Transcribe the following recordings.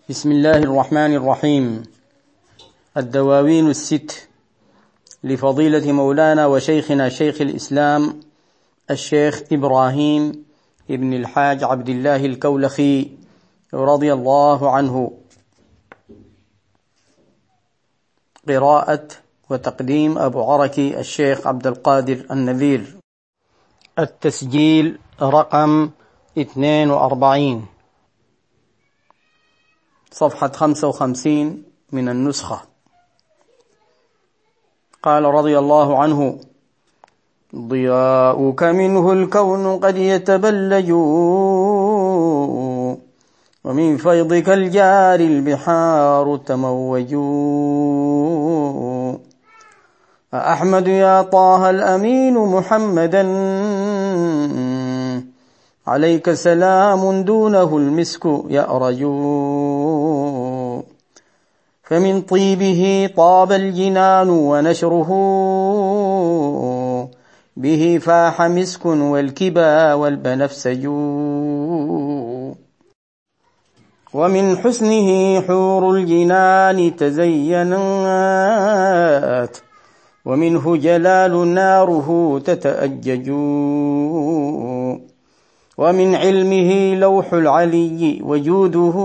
بسم الله الرحمن الرحيم. الدواوين الست لفضيلة مولانا وشيخنا شيخ الإسلام الشيخ إبراهيم ابن الحاج عبد الله الكولخي رضي الله عنه. قراءة وتقديم أبو عركي الشيخ عبد القادر النذير. التسجيل رقم 42 صفحة 55 من النسخة. قال رضي الله عنه: ضياؤك منه الكون قد يتبلج، ومن فيضك الجاري البحار تموج. أحمد يا طه الأمين محمدا، عليك سلام دونه المسك يأرج. فمن طيبه طاب الجنان ونشره، به فاح مسك والكبا والبنفسج. ومن حسنه حور الجنان تزينت، ومنه جلال ناره تتأجج. ومن علمه لوح العلي وجوده،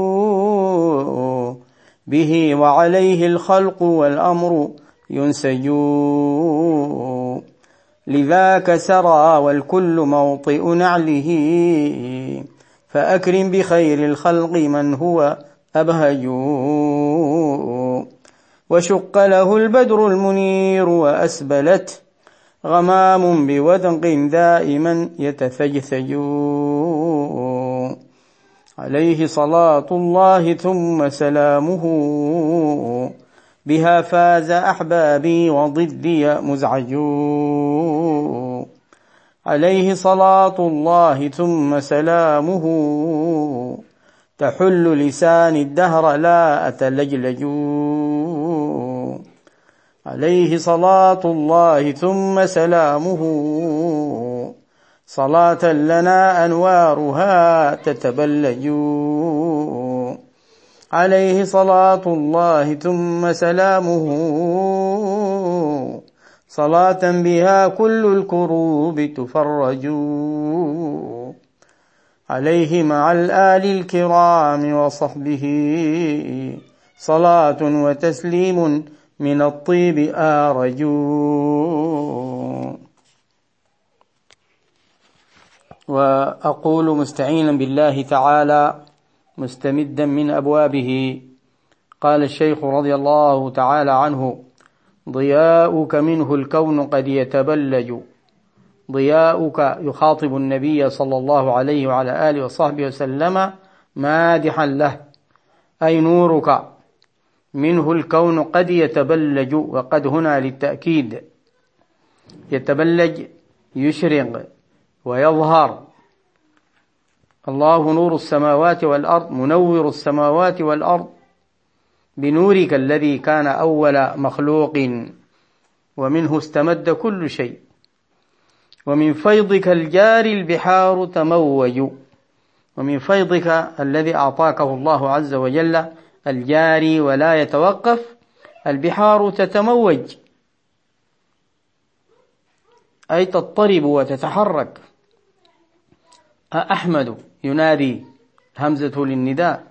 به وعليه الخلق والأمر ينسج. لذاك سرى والكل موطئ نعله، فأكرم بخير الخلق من هو أبهج. وشق له البدر المنير وأسبلت، غمام بودق دائما يتثجثج. عليه صلاة الله ثم سلامه، بها فاز أحبابي وضدي مزعج. عليه صلاة الله ثم سلامه، تحل لسان الدهر لا أتلجلج. عليه صلاة الله ثم سلامه، صلاة لنا أنوارها تتبلج. عليه صلاة الله ثم سلامه، صلاة بها كل الكروب تفرج. عليه مع الآل الكرام وصحبه، صلاة وتسليم من الطيب آرج. وأقول مستعينا بالله تعالى مستمدا من أبوابه. قال الشيخ رضي الله تعالى عنه: ضياؤك منه الكون قد يتبلج. ضياؤك يخاطب النبي صلى الله عليه وعلى آله وصحبه وسلم مادحا له، أي نورك منه الكون قد يتبلج. وقد هنا للتأكيد، يتبلج يشرق ويظهر. الله نور السماوات والأرض، منور السماوات والأرض بنورك الذي كان أول مخلوق، ومنه استمد كل شيء. ومن فيضك الجاري البحار تموج. ومن فيضك الذي أعطاكه الله عز وجل الجاري ولا يتوقف، البحار تتموج أي تضطرب وتتحرك. أحمد ينادي، همزة للنداء،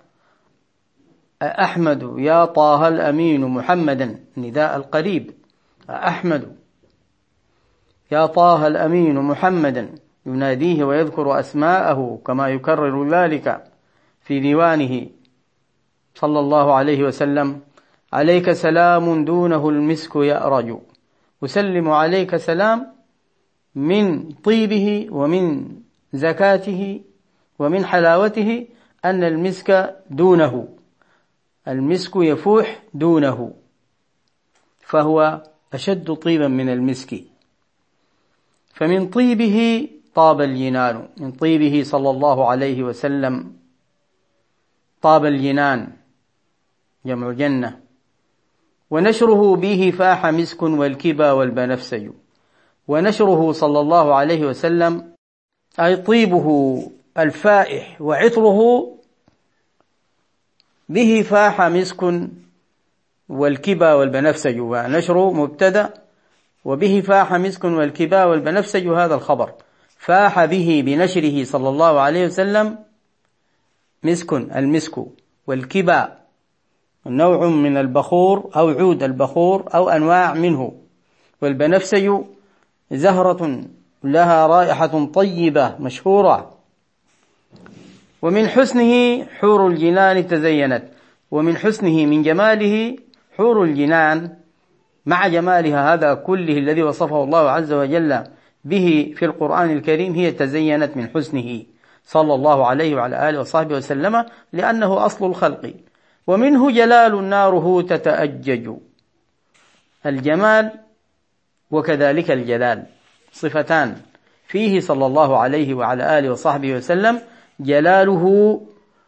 أحمد يا طه الأمين محمدا، نداء القريب. أحمد يا طه الأمين محمدا، يناديه ويذكر أسماءه كما يكرر ذلك في ديوانه صلى الله عليه وسلم. عليك سلام دونه المسك يأرج. أسلم عليك سلام من طيبه ومن زكاته ومن حلاوته أن المسك دونه، المسك يفوح دونه، فهو أشد طيبا من المسك. فمن طيبه طاب الجنان، من طيبه صلى الله عليه وسلم طاب الجنان جمع جنة. ونشره به فاح مسك والكبا والبنفسج. ونشره صلى الله عليه وسلم أي طيبه الفائح وعطره به فاح مسك والكبا والبنفسج، ونشر مبتدأ، وبه فاح مسك والكبا والبنفسج هذا الخبر. فاح به بنشره صلى الله عليه وسلم مسك، المسك، والكبا نوع من البخور أو عود البخور أو أنواع منه، والبنفسج زهرة لها رائحة طيبة مشهورة. ومن حسنه حور الجنان تزينت، ومن حسنه من جماله حور الجنان مع جمالها هذا كله الذي وصفه الله عز وجل به في القرآن الكريم هي تزينت من حسنه صلى الله عليه وعلى آله وصحبه وسلم، لأنه أصل الخلق. ومنه جلال ناره تتأجج، الجمال وكذلك الجلال صفتان فيه صلى الله عليه وعلى آله وصحبه وسلم. جلاله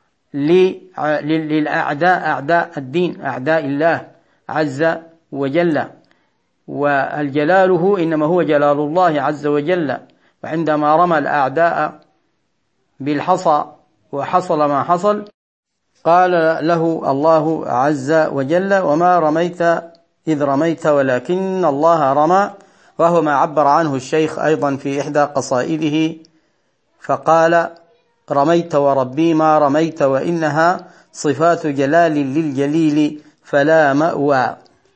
للأعداء، أعداء الدين، أعداء الله عز وجل، والجلاله إنما هو جلال الله عز وجل. وعندما رمى الأعداء بالحصى وحصل ما حصل قال له الله عز وجل: وما رميت إذ رميت ولكن الله رمى، وهو ما عبر عنه الشيخ أيضا في إحدى قصائده، فقال: رميت وربي ما رميت، وإنها صفات جلال للجليل فلا مأوى.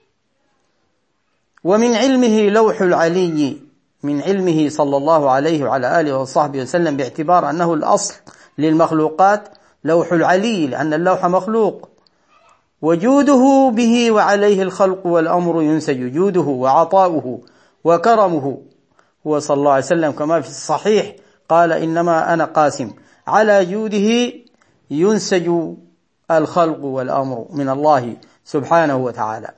ومن علمه لوح العلي، من علمه صلى الله عليه وعلى آله وصحبه وسلم، باعتبار أنه الأصل للمخلوقات لوح العلي، لأن اللوح مخلوق. وجوده به وعليه الخلق والأمر ينسج، جوده وعطاؤه وكرمه. هو صلى الله عليه وسلم كما في الصحيح قال: إنما أنا قاسم، على جوده ينسج الخلق والأمر من الله سبحانه وتعالى.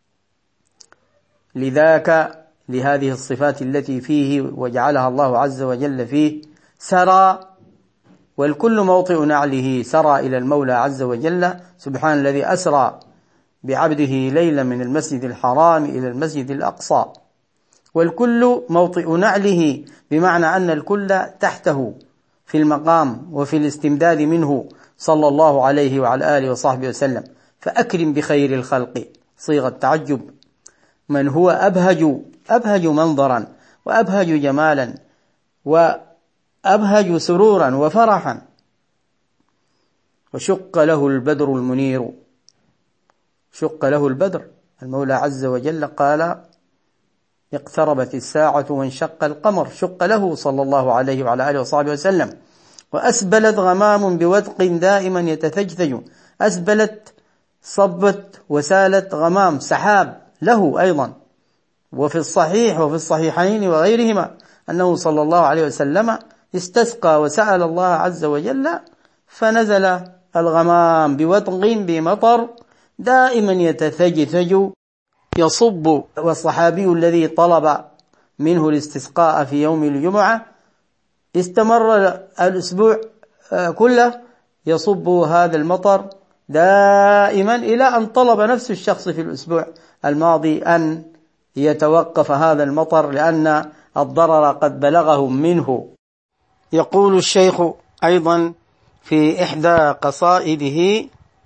لذاك لهذه الصفات التي فيه وجعلها الله عز وجل فيه سرى، والكل موطئ نعله سرى إلى المولى عز وجل. سبحان الذي أسرى بعبده ليلا من المسجد الحرام إلى المسجد الأقصى، والكل موطئ نعله، بمعنى أن الكل تحته في المقام وفي الاستمداد منه صلى الله عليه وعلى آله وصحبه وسلم. فأكرم بخير الخلق، صيغة تعجب، من هو أبهج منظرا وأبهج جمالا وأبهج سرورا وفرحا. وشق له البدر المنير، شق له البدر، المولى عز وجل قال: اقتربت الساعة وانشق القمر، شق له صلى الله عليه وعلى آله وصحبه وسلم. وأسبلت غمام بودق دائما يتثجثج، أسبلت صبت وسالت غمام سحاب له أيضا. وفي الصحيح وفي الصحيحين وغيرهما أنه صلى الله عليه وسلم استسقى وسأل الله عز وجل فنزل الغمام بودق بمطر دائما يتثجثج يصب. والصحابي الذي طلب منه الاستسقاء في يوم الجمعة استمر الأسبوع كله يصب هذا المطر دائما، إلى أن طلب نفس الشخص في الأسبوع الماضي أن يتوقف هذا المطر لأن الضرر قد بلغهم منه. يقول الشيخ أيضا في إحدى قصائده: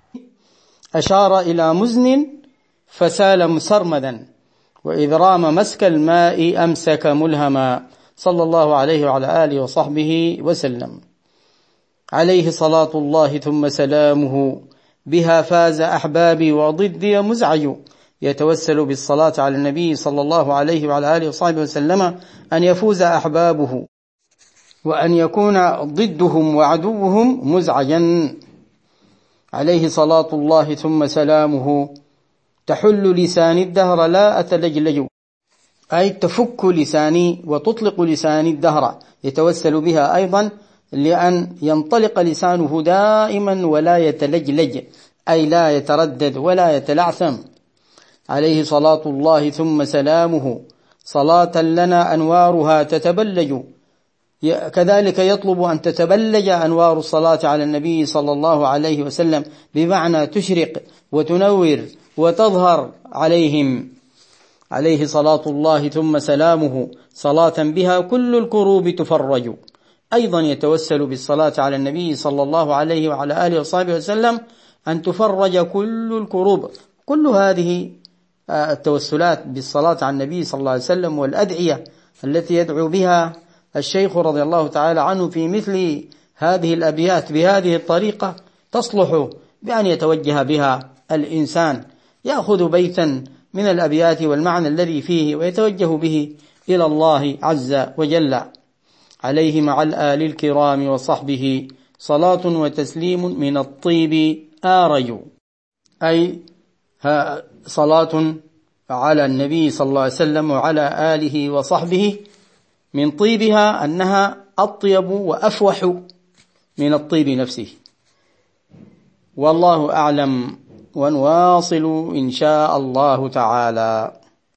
أشار إلى مزن فسال مسرمدا، وإذ رام مسك الماء أمسك ملهما، صلى الله عليه وعلى آله وصحبه وسلم. عليه صلاة الله ثم سلامه، بها فاز أحبابي وضدي مزعج. يتوسل بالصلاة على النبي صلى الله عليه وعلى آله وصحبه وسلم أن يفوز أحبابه، وأن يكون ضدهم وعدوهم مزعجا. عليه صلاة الله ثم سلامه، تحل لساني الدهر لا أتلجلج، أي تفك لساني وتطلق لساني الدهر. يتوسل بها أيضا لأن ينطلق لسانه دائما ولا يتلجلج، أي لا يتردد ولا يتلعثم. عليه صلاة الله ثم سلامه، صلاة لنا أنوارها تتبلج. كذلك يطلب أن تتبلج أنوار الصلاة على النبي صلى الله عليه وسلم، بمعنى تشرق وتنور وتظهر عليهم. عليه صلاة الله ثم سلامه، صلاة بها كل الكروب تفرج. أيضا يتوسل بالصلاة على النبي صلى الله عليه وعلى آله وصحبه وسلم أن تفرج كل الكروب. كل هذه التوسلات بالصلاة على النبي صلى الله عليه وسلم والأدعية التي يدعو بها الشيخ رضي الله تعالى عنه في مثل هذه الأبيات بهذه الطريقة تصلح بأن يتوجه بها الإنسان، يأخذ بيتا من الأبيات والمعنى الذي فيه ويتوجه به إلى الله عز وجل. عليه مع الآل الكرام وصحبه صلاة وتسليم من الطيب آرج، أي صلاة على النبي صلى الله عليه وسلم وعلى آله وصحبه من طيبها أنها أطيب وأفوح من الطيب نفسه. والله أعلم، ونواصل إن شاء الله تعالى.